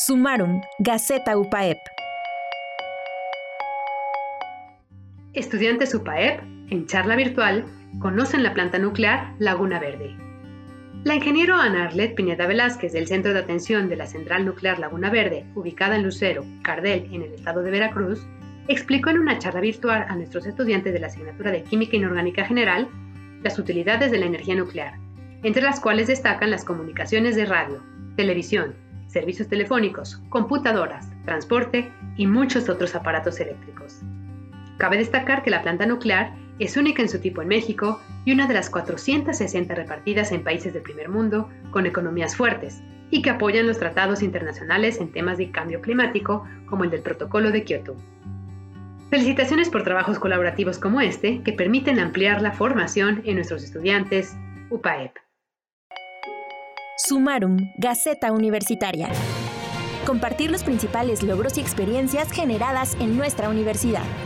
Sumarum, Gaceta UPAEP. Estudiantes UPAEP, en charla virtual, conocen la planta nuclear Laguna Verde. La ingeniero Ana Arlet Pineda Velázquez del Centro de Atención de la Central Nuclear Laguna Verde, ubicada en Lucero, Cardel, en el estado de Veracruz, explicó en una charla virtual a nuestros estudiantes de la asignatura de Química Inorgánica General las utilidades de la energía nuclear, entre las cuales destacan las comunicaciones de radio, televisión, servicios telefónicos, computadoras, transporte y muchos otros aparatos eléctricos. Cabe destacar que la planta nuclear es única en su tipo en México y una de las 460 repartidas en países del primer mundo con economías fuertes y que apoyan los tratados internacionales en temas de cambio climático como el del Protocolo de Kioto. Felicitaciones por trabajos colaborativos como este que permiten ampliar la formación en nuestros estudiantes UPAEP. Sumarum, Gaceta Universitaria. Compartir los principales logros y experiencias generadas en nuestra universidad.